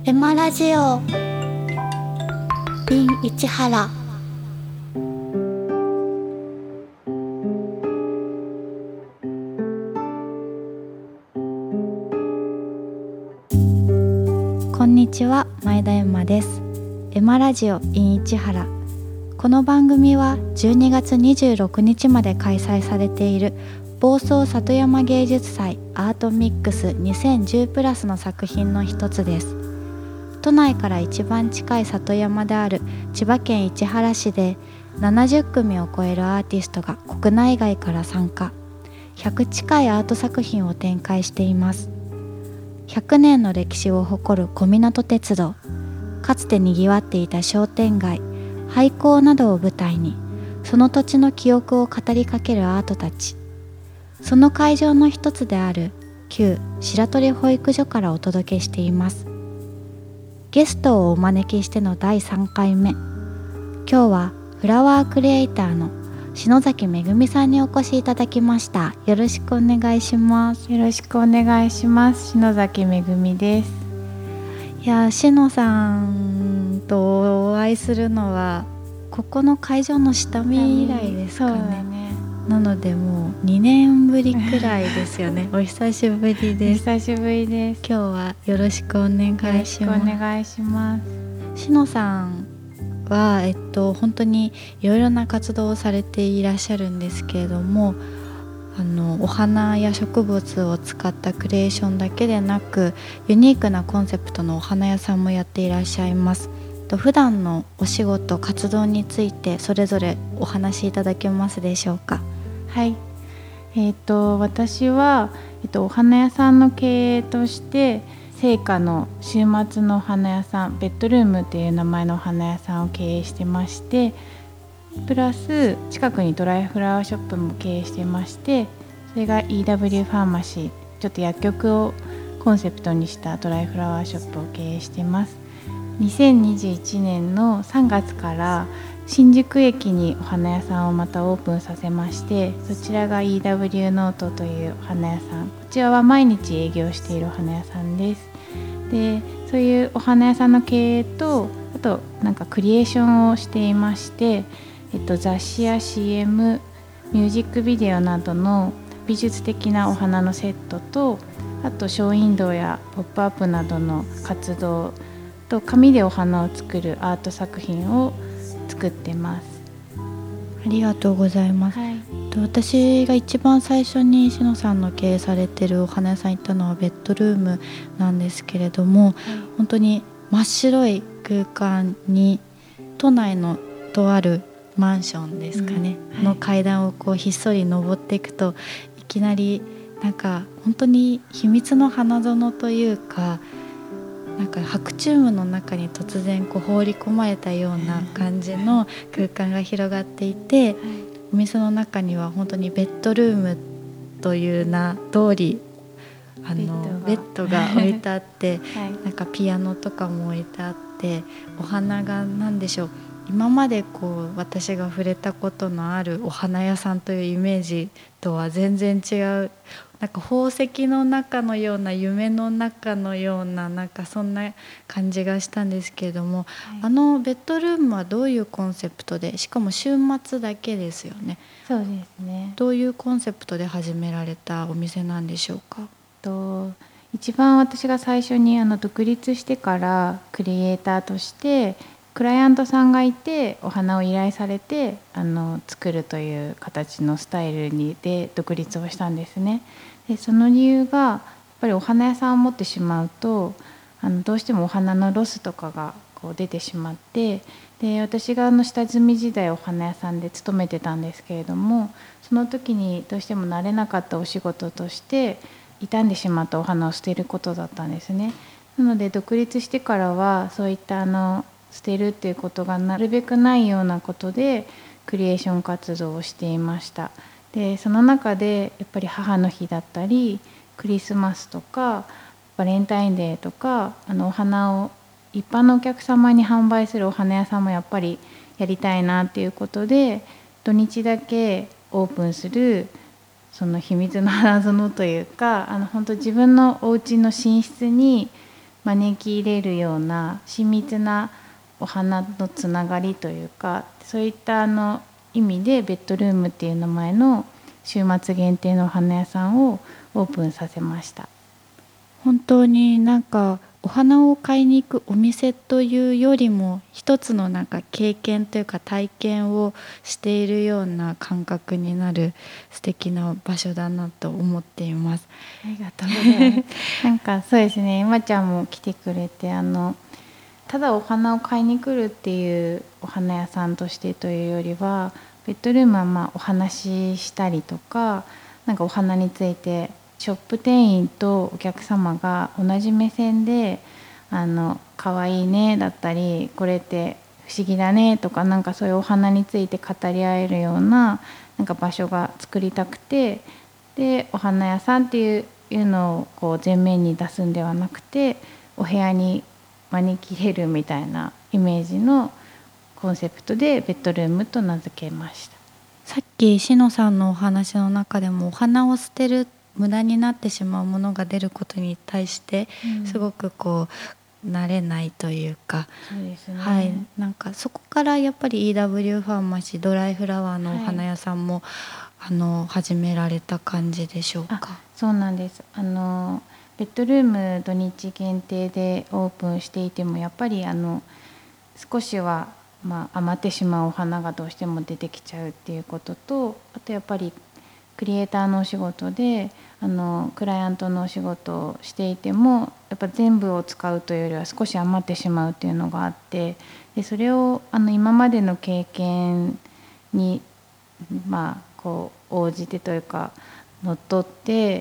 エマラジオ in 市原。こんにちは、前田エマです。エマラジオ in 市原。この番組は12月26日まで開催されている房総里山芸術祭アートミックス2010プラスの作品の一つです。都内から一番近い里山である千葉県市原市で70組を超えるアーティストが国内外から参加、100近いアート作品を展開しています。100年の歴史を誇る小湊鉄道、かつてにぎわっていた商店街、廃校などを舞台にその土地の記憶を語りかけるアートたち。その会場の一つである旧白鳥保育所からお届けしています。ゲストをお招きしての第3回目。今日はフラワークリエイターの篠崎めぐみさんにお越しいただきました。よろしくお願いします。 よろしくお願いします。篠崎めぐみです。 いや、篠さんとお会いするのはここの会場の下見以来ですかね。なのでもう2年ぶりくらいですよね。お久しぶりです。 久しぶりです。 今日はよろしくお願いします。 よろしくお願いします。 篠さんは、本当にいろいろな活動をされていらっしゃるんですけれども、お花や植物を使ったクリエーションだけでなく、ユニークなコンセプトのお花屋さんもやっていらっしゃいます。普段のお仕事活動についてそれぞれお話しいただけますでしょうか。 はい、私は、お花屋さんの経営として生花の週末のお花屋さん、ベッドルームという名前のお花屋さんを経営してまして、プラス近くにドライフラワーショップも経営してまして、それが EW ファーマシー、ちょっと薬局をコンセプトにしたドライフラワーショップを経営しています。2021年の3月から新宿駅にお花屋さんをまたオープンさせまして、そちらが EW ノートというお花屋さん、こちらは毎日営業しているお花屋さんです。で、そういうお花屋さんの経営と、あとなんかクリエーションをしていまして、雑誌や CM、ミュージックビデオなどの美術的なお花のセットと、あとショーウィンドウやポップアップなどの活動と、紙でお花を作るアート作品を作ってます。 ありがとうございます。 はい、 私が一番最初に篠さんの経営されてるお花屋さん行ったのはベッドルームなんですけれども、はい、本当に真っ白い空間に都内のとあるマンションですかね、はい、の階段をこうひっそり登っていくと、いきなりなんか本当に秘密の花園というか、なんか白チュームの中に突然こう放り込まれたような感じの空間が広がっていて、お店の中には本当にベッドルームという名通りベッドが置いてあって、はい、なんかピアノとかも置いてあって、お花が何でしょう、今までこう私が触れたことのあるお花屋さんというイメージとは全然違う、なんか宝石の中のような、夢の中のような、なんかそんな感じがしたんですけれども、はい、ベッドルームはどういうコンセプトで、しかも週末だけですよね。 そうですね。 どういうコンセプトで始められたお店なんでしょうか。 一番私が最初に独立してからクリエイターとしてクライアントさんがいて、お花を依頼されて作るという形のスタイルで独立をしたんですね。で、その理由がやっぱりお花屋さんを持ってしまうとどうしてもお花のロスとかがこう出てしまって、で、私が下積み時代お花屋さんで勤めてたんですけれども、その時にどうしても慣れなかったお仕事として傷んでしまったお花を捨てることだったんですね。なので独立してからはそういった捨てるっていうことがなるべくないようなことでクリエーション活動をしていました。で、その中でやっぱり母の日だったりクリスマスとかバレンタインデーとかお花を一般のお客様に販売するお花屋さんもやっぱりやりたいなっていうことで、土日だけオープンするその秘密の花園というか、本当自分のお家の寝室に招き入れるような親密なお花のつながりというか、そういった意味でベッドルームっていう名前の週末限定のお花屋さんをオープンさせました。 本当になんかお花を買いに行くお店というよりも一つのなんか経験というか体験をしているような感覚になる素敵な場所だなと思っています。 ありがとうございます。なんかそうですね、まちゃんも来てくれて、ただお花を買いに来るっていうお花屋さんとしてというよりは、ベッドルームはまあお話ししたりとか、なんかお花についてショップ店員とお客様が同じ目線で可愛いねだったり、これって不思議だねとか、なんかそういうお花について語り合えるようななんか場所が作りたくて、でお花屋さんっていうのをこう前面に出すんではなくて、お部屋に招き入れるみたいなイメージのコンセプトでベッドルームと名付けました。 さっきしのさんのお話の中でもお花を捨てる無駄になってしまうものが出ることに対してすごくこう慣れないというか、 そうですね、 はい、なんかそこからやっぱり EW ファーマシードライフラワーのお花屋さんも、始められた感じでしょうか。 そうなんです。ベッドルーム土日限定でオープンしていても、やっぱり少しは余ってしまうお花がどうしても出てきちゃうっていうことと、あとやっぱりクリエイターのお仕事でクライアントのお仕事をしていても、やっぱ全部を使うというよりは少し余ってしまうっていうのがあって、でそれを今までの経験にこう応じてというか乗っ取って、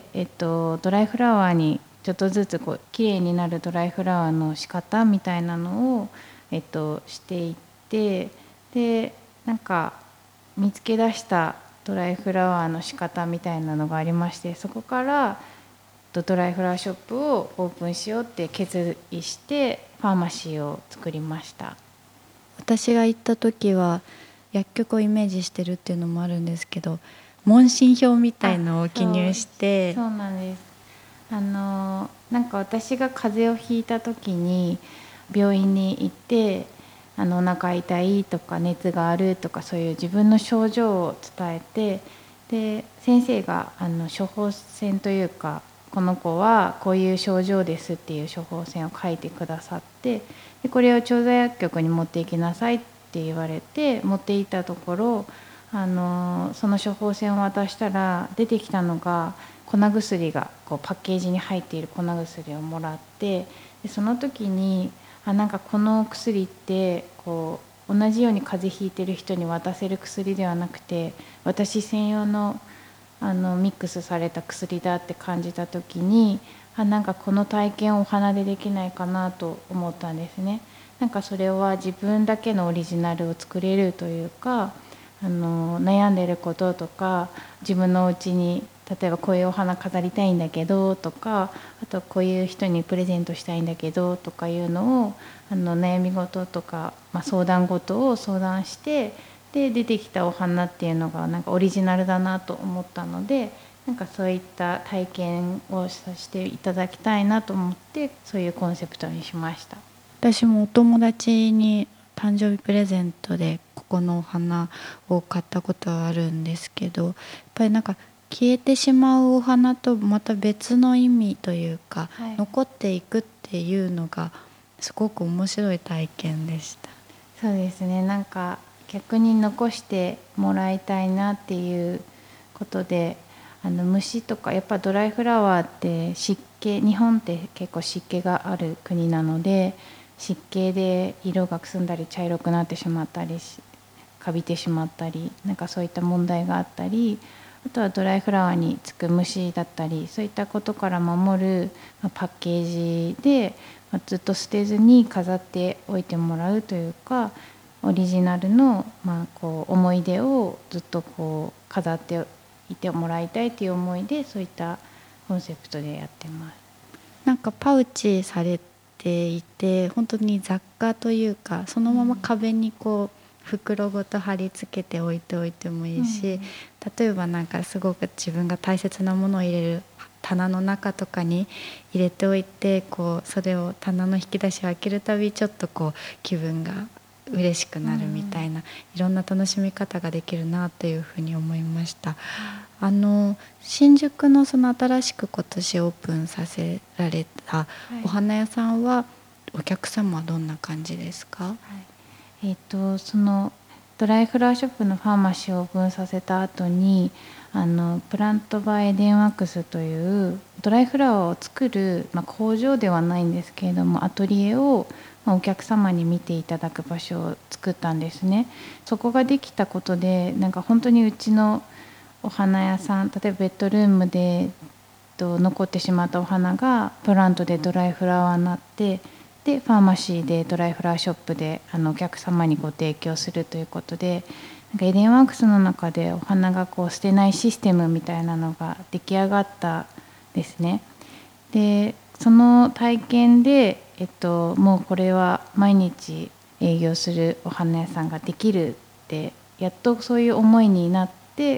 ドライフラワーにちょっとずつこう綺麗になるドライフラワーの仕方みたいなのを、していって、でなんか見つけ出したドライフラワーの仕方みたいなのがありまして、そこからドライフラワーショップをオープンしようって決意してファーマシーを作りました。 私が行った時は薬局をイメージしてるっていうのもあるんですけど、問診票みたいのを記入して。 そうなんです。なんか私が風邪をひいた時に病院に行って、お腹痛いとか熱があるとか、そういう自分の症状を伝えて、で先生が処方箋というか、この子はこういう症状ですっていう処方箋を書いてくださって、でこれを調剤薬局に持っていきなさいって言われて持っていったところ、その処方箋を渡したら出てきたのが粉薬がこうパッケージに入っている粉薬をもらって、でその時になんかこの薬ってこう同じように風邪ひいてる人に渡せる薬ではなくて、私専用のミックスされた薬だって感じた時に、なんかこの体験をお花でできないかなと思ったんですね。なんかそれは自分だけのオリジナルを作れるというか、悩んでることとか、自分のお家に例えばこういうお花飾りたいんだけどとか、あとこういう人にプレゼントしたいんだけどとかいうのを悩み事とか、相談事を相談して、で出てきたお花っていうのがなんかオリジナルだなと思ったので、なんかそういった体験をさせていただきたいなと思って、そういうコンセプトにしました。 私もお友達に誕生日プレゼントでここのお花を買ったことはあるんですけど、やっぱりなんか消えてしまうお花とまた別の意味というか、残っていくっていうのがすごく面白い体験でした。 そうですね、なんか逆に残してもらいたいなっていうことで、虫とかやっぱドライフラワーって湿気、日本って結構湿気がある国なので、湿気で色がくすんだり茶色くなってしまったりカビてしまったり、なんかそういった問題があったり、あとはドライフラワーにつく虫だったり、そういったことから守るパッケージでずっと捨てずに飾っておいてもらうというか、オリジナルのこう思い出をずっとこう飾っていてもらいたいという思いで、そういったコンセプトでやってます。 なんかパウチされていて本当に雑貨というか、そのまま壁にこう袋ごと貼り付けて置いておいてもいいし、例えばなんかすごく自分が大切なものを入れる棚の中とかに入れておいて、こうそれを棚の引き出しを開けるたびちょっとこう気分が嬉しくなるみたいな、いろんな楽しみ方ができるなというふうに思いました。新宿のその新しく今年オープンさせられたお花屋さんは、お客様はどんな感じですか？ そのドライフラワーショップのファーマシーをオープンさせた後にプラントバイエデンワークスというドライフラワーを作る、工場ではないんですけれどもアトリエを、お客様に見ていただく場所を作ったんですね。そこができたことでなんか本当にうちのお花屋さん、例えばベッドルームで残ってしまったお花がプラントでドライフラワーになって、でファーマシーでドライフラワーショップでお客様にご提供するということで、なんかエデンワークスの中でお花がこう捨てないシステムみたいなのが出来上がったですね。でその体験で、もうこれは毎日営業するお花屋さんができるってやっとそういう思いになって、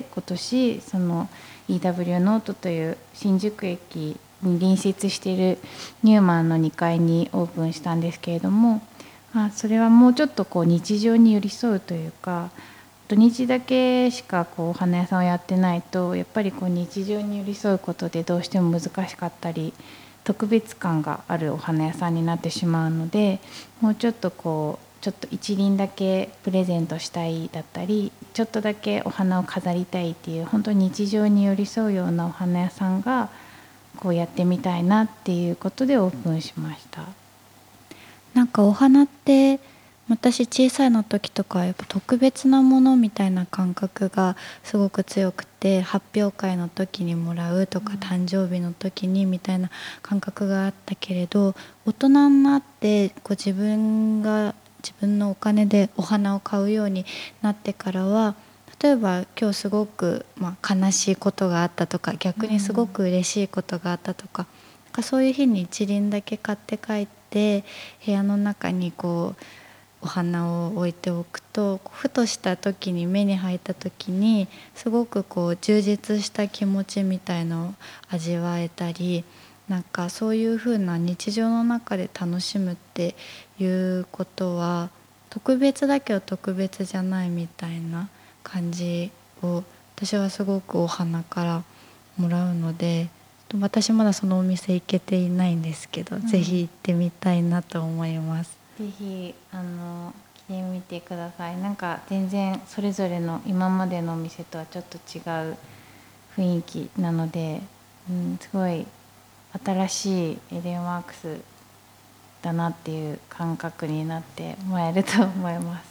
今年その EW ノートという新宿駅に隣接しているニューマンの2階にオープンしたんですけれども、それはもうちょっとこう日常に寄り添うというか、土日だけしかこうお花屋さんをやってないとやっぱりこう日常に寄り添うことでどうしても難しかったり特別感があるお花屋さんになってしまうので、もうちょっとこうちょっと一輪だけプレゼントしたいだったり、ちょっとだけお花を飾りたいっていう本当に日常に寄り添うようなお花屋さんがこうやってみたいなっていうことでオープンしました。 なんかお花って私小さいの時とかやっぱ特別なものみたいな感覚がすごく強くて、発表会の時にもらうとか、誕生日の時にみたいな感覚があったけれど、大人になってこう自分のお金でお花を買うようになってからは、例えば今日すごく、悲しいことがあったとか、逆にすごく嬉しいことがあったとか、そういう日に一輪だけ買って帰って部屋の中にこうお花を置いておくと、ふとした時に目に入った時にすごくこう充実した気持ちみたいのを味わえたり、なんかそういう風な日常の中で楽しむっていうことは特別だけど特別じゃないみたいな感じを私はすごくお花からもらうので、私まだそのお店行けていないんですけど、ぜひ行ってみたいなと思います。 ぜひ来てみてください。なんか全然それぞれの今までのお店とはちょっと違う雰囲気なので、すごい新しいエデンワークスだなっていう感覚になってもらえると思います。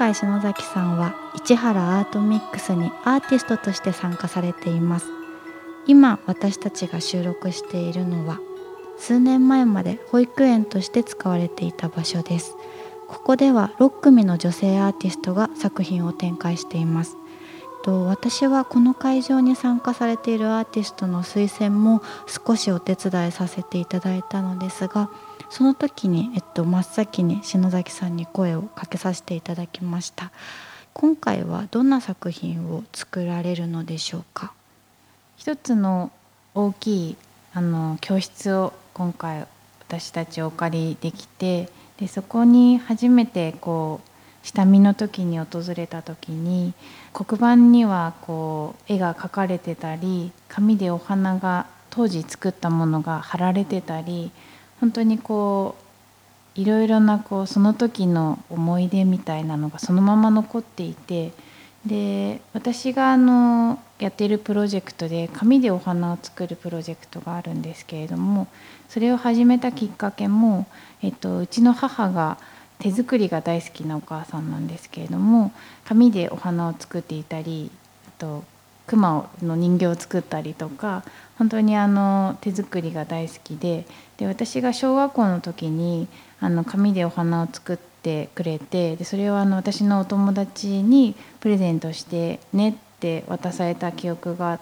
回篠崎さんは市原アートミックスにアーティストとして参加されています。今私たちが収録しているのは数年前まで保育園として使われていた場所です。ここでは6組の女性アーティストが作品を展開しています。私はこの会場に参加されているアーティストの推薦も少しお手伝いさせていただいたのですが、その時に、真っ先に篠崎さんに声をかけさせていただきました。今回はどんな作品を作られるのでしょうか？ 一つの大きい教室を今回私たちお借りできて、でそこに初めて下見の時に訪れた時に、黒板には絵が描かれてたり、紙でお花が当時作ったものが貼られてたり、本当にいろいろなその時の思い出みたいなのがそのまま残っていて、で私がやっているプロジェクトで紙でお花を作るプロジェクトがあるんですけれども、それを始めたきっかけも、うちの母が手作りが大好きなお母さんなんですけれども、紙でお花を作っていたり、熊の人形を作ったりとか、本当に手作りが大好きで、私が小学校の時に紙でお花を作ってくれて、でそれを私のお友達にプレゼントしてねって渡された記憶があって、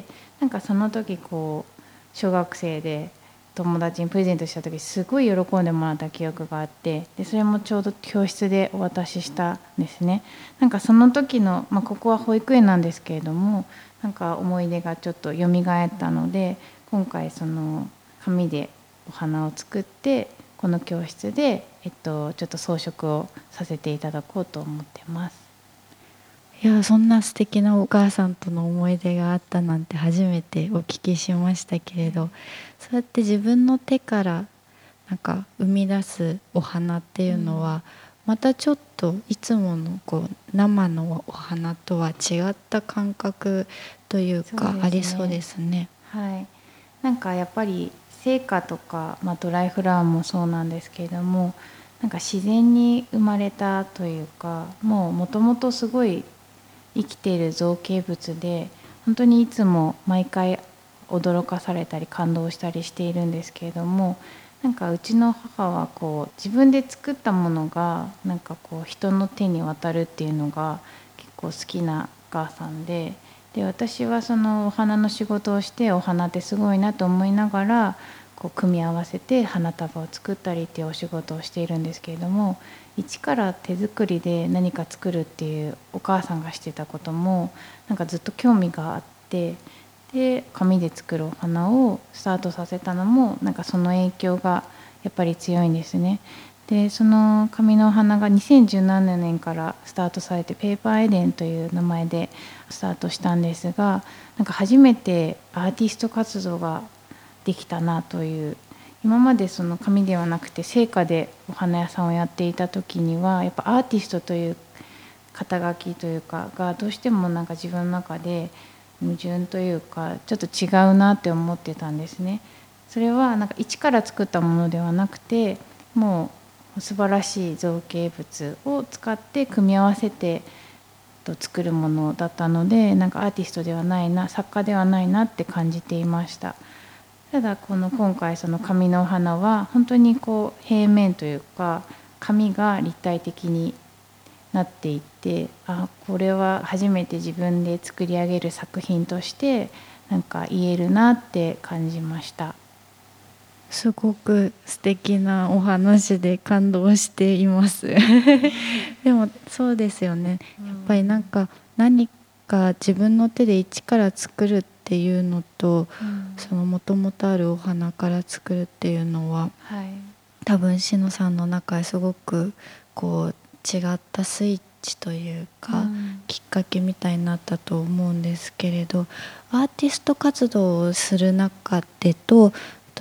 なんかその時小学生で友達にプレゼントした時すごい喜んでもらった記憶があって、でそれもちょうど教室でお渡ししたんですね。なんかその時の、ここは保育園なんですけれども、なんか思い出がちょっと蘇ったので、今回その紙でお花を作ってこの教室で、ちょっと装飾をさせていただこうと思ってます。 いや、そんな素敵なお母さんとの思い出があったなんて初めてお聞きしましたけれど、そうやって自分の手からなんか生み出すお花っていうのは、またちょっといつもの生のお花とは違った感覚というかありそうですね。 はい、なんかやっぱり生花とか、ドライフラワーもそうなんですけれども、なんか自然に生まれたというか、もともとすごい生きている造形物で、本当にいつも毎回驚かされたり感動したりしているんですけれども、なんかうちの母は自分で作ったものがなんか人の手に渡るっていうのが結構好きなお母さんで、私はそのお花の仕事をして、お花ってすごいなと思いながら組み合わせて花束を作ったりっていうお仕事をしているんですけれども、一から手作りで何か作るっていうお母さんがしてたこともなんかずっと興味があって、で紙で作るお花をスタートさせたのもなんかその影響がやっぱり強いんですね。でその紙のお花が2017年からスタートされて、ペーパーエデンという名前でスタートしたんですが、なんか初めてアーティスト活動ができたなという。今までその紙ではなくて生花でお花屋さんをやっていた時には、やっぱアーティストという肩書きというかがどうしてもなんか自分の中で矛盾というかちょっと違うなって思ってたんですね。それはなんか一から作ったものではなくて、もう素晴らしい造形物を使って組み合わせて作るものだったので、なんかアーティストではないな、作家ではないなって感じていました。ただ今回その紙のお花は本当に平面というか紙が立体的になっていて、これは初めて自分で作り上げる作品としてなんか言えるなって感じました。 すごく素敵なお話で感動していますでもそうですよね、やっぱりなんか何か自分の手で一から作るっていうのと、その元々あるお花から作るっていうのは、多分しのさんの中ですごく違ったスイッチというか、きっかけみたいになったと思うんですけれど、アーティスト活動をする中でと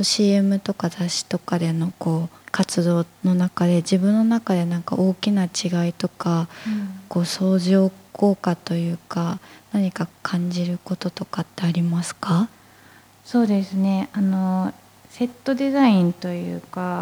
CM とか雑誌とかでの活動の中で自分の中でなんか大きな違いとか、相乗効果というか何か感じることとかってありますか？ そうですね、セットデザインというか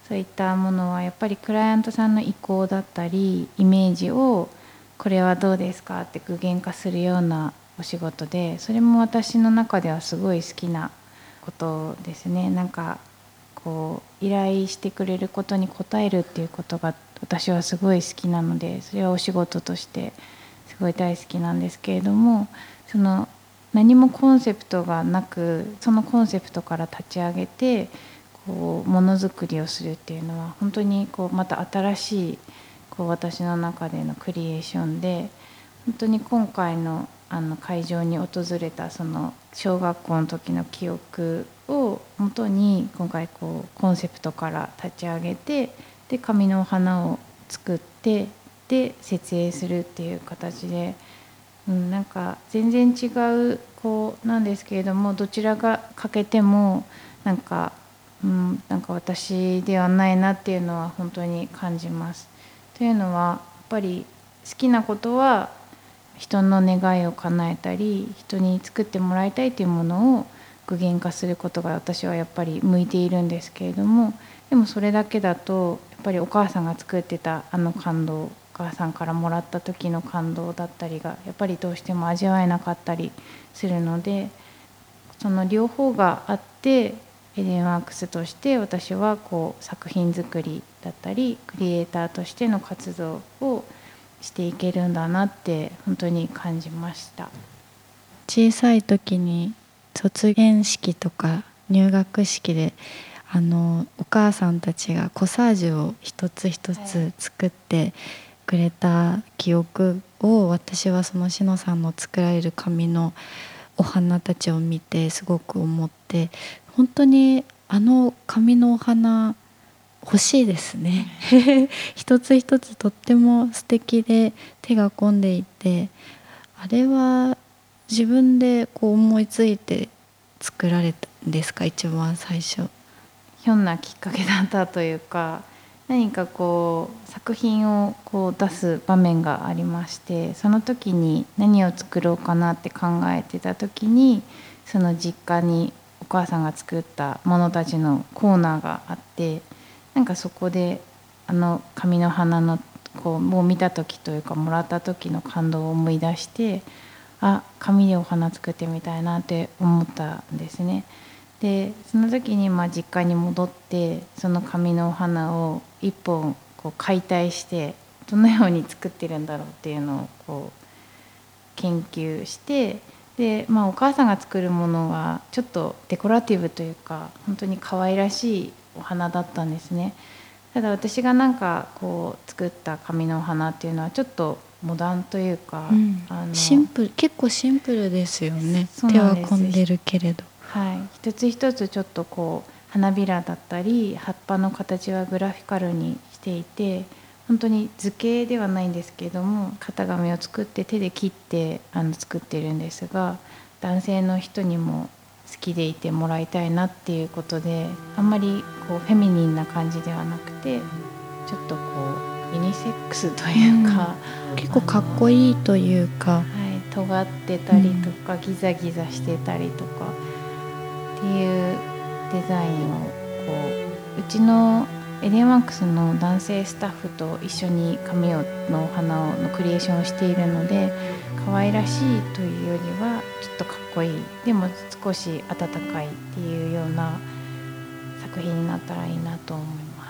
そういったものはやっぱりクライアントさんの意向だったりイメージをこれはどうですかって具現化するようなお仕事で、それも私の中ではすごい好きなことですね。なんかこう依頼してくれることに応えるっていうことが私はすごい好きなので、それはお仕事としてすごい大好きなんですけれども、その何もコンセプトがなくそのコンセプトから立ち上げてこうものづくりをするっていうのは本当にこうまた新しいこう私の中でのクリエーションで、本当に今回の会場に訪れたその小学校の時の記憶をもとに今回こうコンセプトから立ち上げて、で紙のお花を作ってで設営するっていう形で、なんか全然違うこうなんですけれども、どちらが欠けてもなんか、なんか私ではないなっていうのは本当に感じます。というのはやっぱり好きなことは人の願いを叶えたり人に作ってもらいたいというものを具現化することが私はやっぱり向いているんですけれども、でもそれだけだとやっぱりお母さんが作ってた感動、お母さんからもらった時の感動だったりがやっぱりどうしても味わえなかったりするので、その両方があってエデンワークスとして私はこう作品作りだったりクリエイターとしての活動をしていけるんだなって本当に感じました。 小さい時に卒園式とか入学式でお母さんたちがコサージュを一つ一つ作ってくれた記憶を、私はそのしのさんの作られる紙のお花たちを見てすごく思って、本当に紙のお花欲しいですね一つ一つとっても素敵で手が込んでいて、あれは自分でこう思いついて作られたんですか？一番最初。 ひょんなきっかけだったというか、何かこう作品をこう出す場面がありまして、その時に何を作ろうかなって考えてた時に、その実家にお母さんが作ったものたちのコーナーがあって、なんかそこで紙の花のこうもう見た時というかもらった時の感動を思い出して、紙でお花作ってみたいなって思ったんですね。でその時に実家に戻ってその紙のお花を一本こう解体してどのように作ってるんだろうっていうのをこう研究して、で、お母さんが作るものはちょっとデコラティブというか本当に可愛らしいお花だったんですね。ただ私がなんかこう作った紙のお花っていうのはちょっとモダンというか、 シンプル、結構シンプルですよね。手はそうなんです。 込んでるけれど、 一つ一つちょっとこう花びらだったり葉っぱの形はグラフィカルにしていて、本当に図形ではないんですけれども型紙を作って手で切って作ってるんですが、男性の人にも好きでいてもらいたいなっていうことで、あんまりこうフェミニンな感じではなくてちょっとこうユニセックスというか、 結構かっこいいというか、 尖ってたりとか、ギザギザしてたりとかっていうデザインをこうちのエデンワークスの男性スタッフと一緒に紙のお花のクリエーションをしているので、可愛らしいというよりはちょっとかっこいい、でも少し温かいっていうような作品になったらいいなと思います。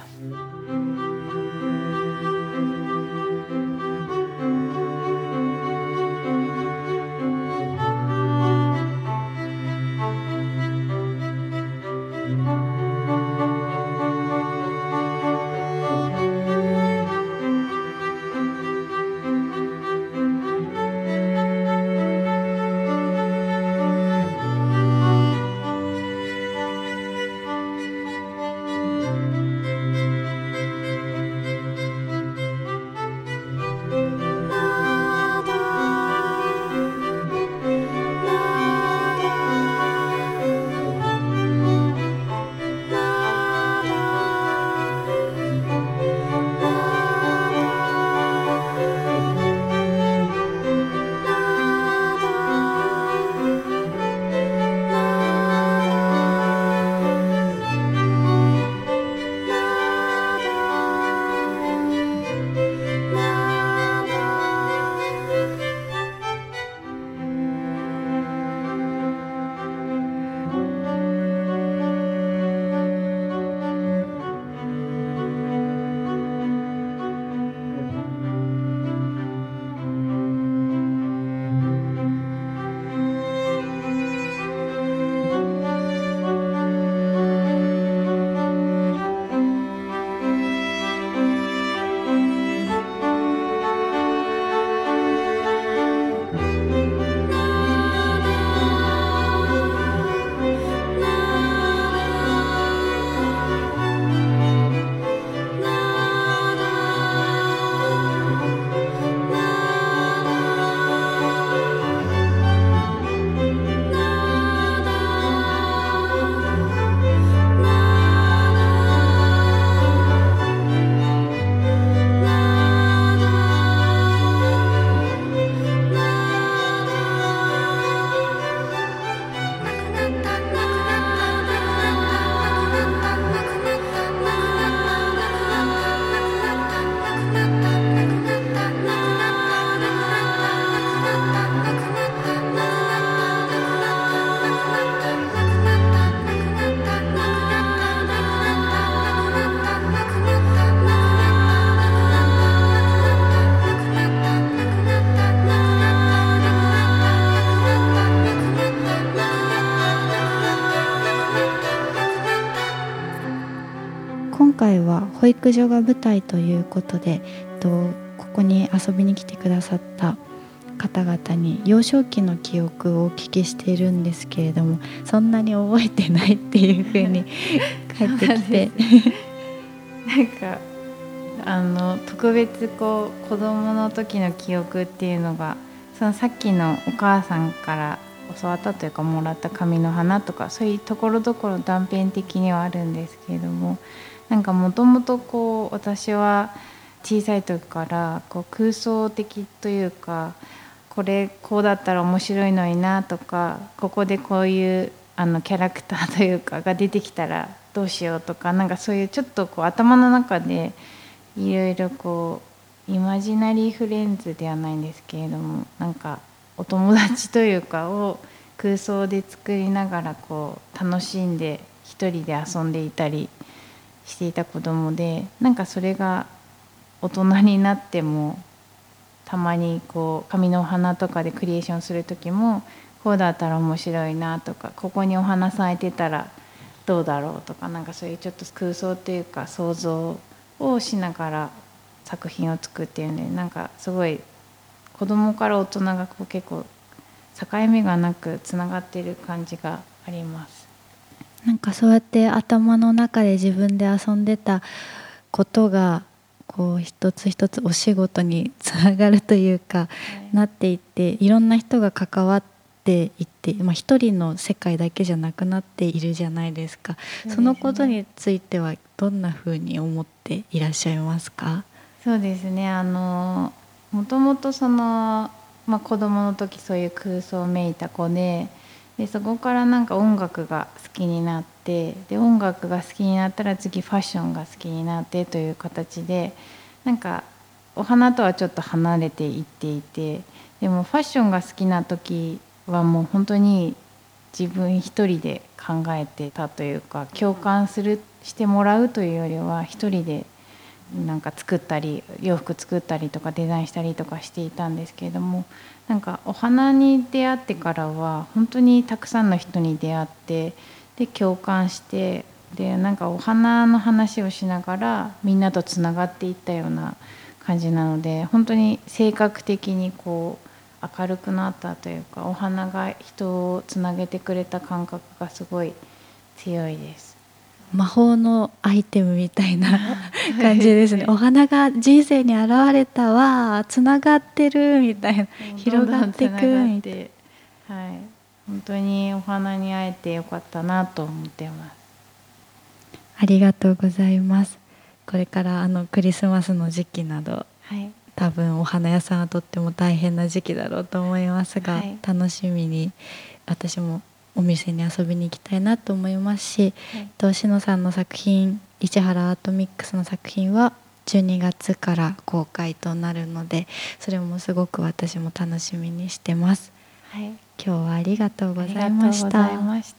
保育所が舞台ということで、ここに遊びに来てくださった方々に幼少期の記憶をお聞きしているんですけれども、そんなに覚えてないっていうふうに帰ってきてなんか特別子供の時の記憶っていうのが、そのさっきのお母さんから教わったというかもらった紙の花とか、そういうところどころ断片的にはあるんですけれども、なんかもともと私は小さい時から空想的というか、こうだったら面白いのになとか、ここでこういうキャラクターというかが出てきたらどうしようとか、なんかそういうちょっと頭の中でいろいろイマジナリーフレンズではないんですけれども、なんかお友達というかを空想で作りながら楽しんで一人で遊んでいたりしていた子供で、なんかそれが大人になってもたまに紙のお花とかでクリエーションする時も、こうだったら面白いなとか、ここにお花咲いてたらどうだろうとか、なんかそういうちょっと空想というか想像をしながら作品を作っているので、なんかすごい子供から大人が結構境目がなくつながっている感じがあります。 なんかそうやって頭の中で自分で遊んでたことが一つ一つお仕事につながるというか、なっていって、いろんな人が関わっていって、一人の世界だけじゃなくなっているじゃないですか。そのことについてはどんなふうに思っていらっしゃいますか？ そうですね、もともと子供の時そういう空想めいた子で、そこからなんか音楽が好きになって、で音楽が好きになったら次ファッションが好きになってという形で、なんかお花とはちょっと離れていっていて、でもファッションが好きな時はもう本当に自分一人で考えてたというか、共感してもらうというよりは一人でなんか作ったり洋服作ったりとかデザインしたりとかしていたんですけれども、なんかお花に出会ってからは本当にたくさんの人に出会って、で共感して、でなんかお花の話をしながらみんなとつながっていったような感じなので、本当に性格的に明るくなったというか、お花が人をつなげてくれた感覚がすごい強いです。 魔法のアイテムみたいな感じですね。お花が人生に現れたわ、つながってるみたいな、広がっていくみたいな。 はい、本当にお花に会えてよかったなと思ってます。 ありがとうございます。これからクリスマスの時期など、 はい、 多分お花屋さんはとっても大変な時期だろうと思いますが、はい、楽しみに私もお店に遊びに行きたいなと思いますし、はい、しのさんの作品、市原アートミックスの作品は12月から公開となるので、それもすごく私も楽しみにしてます。はい、今日はありがとうございました。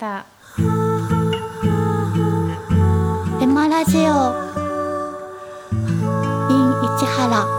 エマラジオ in 市原。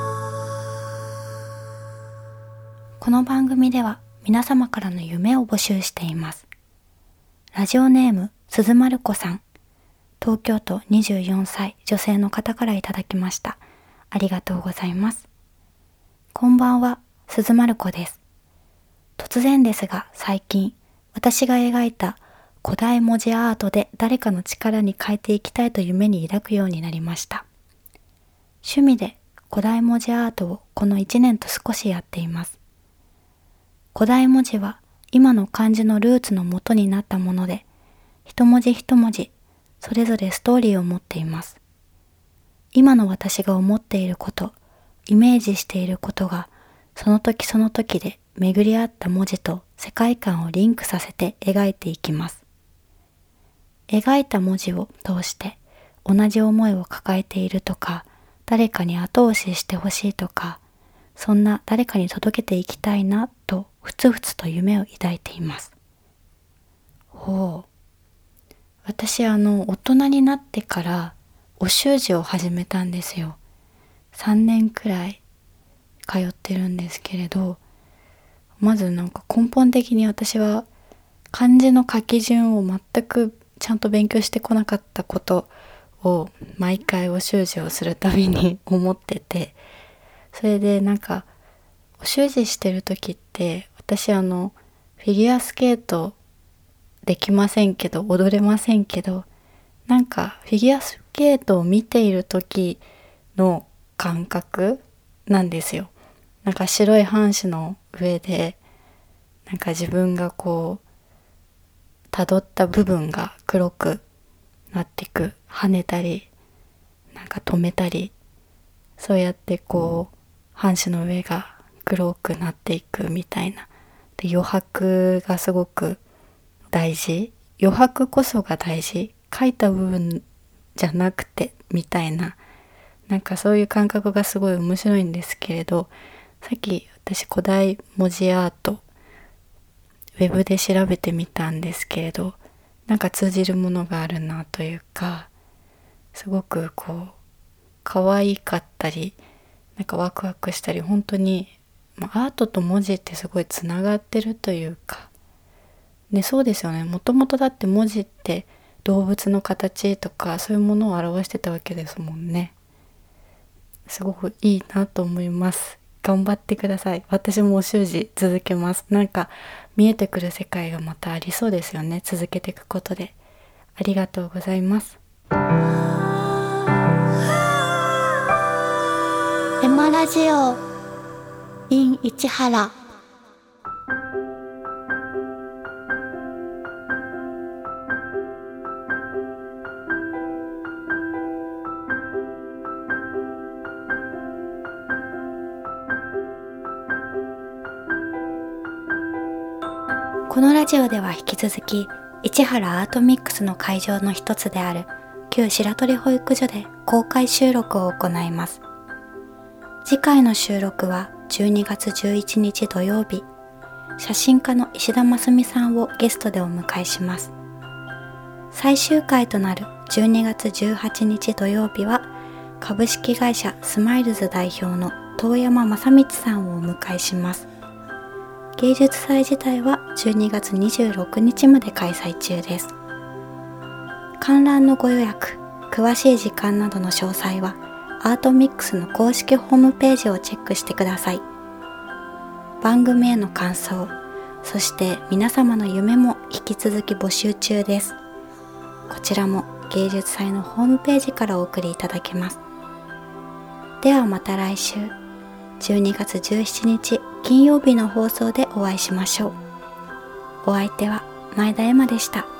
この番組では皆様からの夢を募集しています。ラジオネーム鈴丸子さん、東京都24歳女性の方からいただきました。ありがとうございます。こんばんは、鈴丸子です。突然ですが、最近私が描いた古代文字アートで誰かの力に変えていきたいと夢に抱くようになりました。趣味で古代文字アートをこの1年と少しやっています。古代文字は今の漢字のルーツの元になったもので、一文字一文字それぞれストーリーを持っています。今の私が思っていること、イメージしていることがその時その時で巡り合った文字と世界観をリンクさせて描いていきます。描いた文字を通して同じ思いを抱えているとか、誰かに後押ししてほしいとか、そんな誰かに届けていきたいなとふつふつと夢を抱いています。ほう。私大人になってからお習字を始めたんですよ。3年くらい通ってるんですけれど、まずなんか根本的に私は漢字の書き順を全くちゃんと勉強してこなかったことを毎回お習字をするたびに思ってて、それでなんかお習字してる時って私フィギュアスケートできませんけど踊れませんけど、なんかフィギュアスケートを見ている時の感覚なんですよ。なんか白い半紙の上でなんか自分がこう辿った部分が黒くなっていく、跳ねたりなんか止めたり、そうやってこう半紙の上が黒くなっていくみたいな。で、余白がすごく大事、余白こそが大事、書いた部分じゃなくてみたいな、なんかそういう感覚がすごい面白いんですけれど、さっき私古代文字アートウェブで調べてみたんですけれど、なんか通じるものがあるなというか、すごくこう可愛かったりなんかワクワクしたり、本当にアートと文字ってすごいつながってるというか、でそうですよね。もともとだって文字って動物の形とかそういうものを表してたわけですもんね。すごくいいなと思います。頑張ってください。私もお習字続けます。なんか見えてくる世界がまたありそうですよね、続けていくことで。ありがとうございます。 エマラジオ in 市原。このラジオでは引き続き市原アートミックスの会場の一つである旧白鳥保育所で公開収録を行います。次回の収録は12月11日土曜日、写真家の石田真澄さんをゲストでお迎えします。最終回となる12月18日土曜日は株式会社スマイルズ代表の遠山正道さんをお迎えします。芸術祭自体は12月26日まで開催中です。観覧のご予約、詳しい時間などの詳細はアートミックスの公式ホームページをチェックしてください。番組への感想、そして皆様の夢も引き続き募集中です。こちらも芸術祭のホームページからお送りいただけます。ではまた来週、12月17日金曜日の放送でお会いしましょう。お相手は前田エマでした。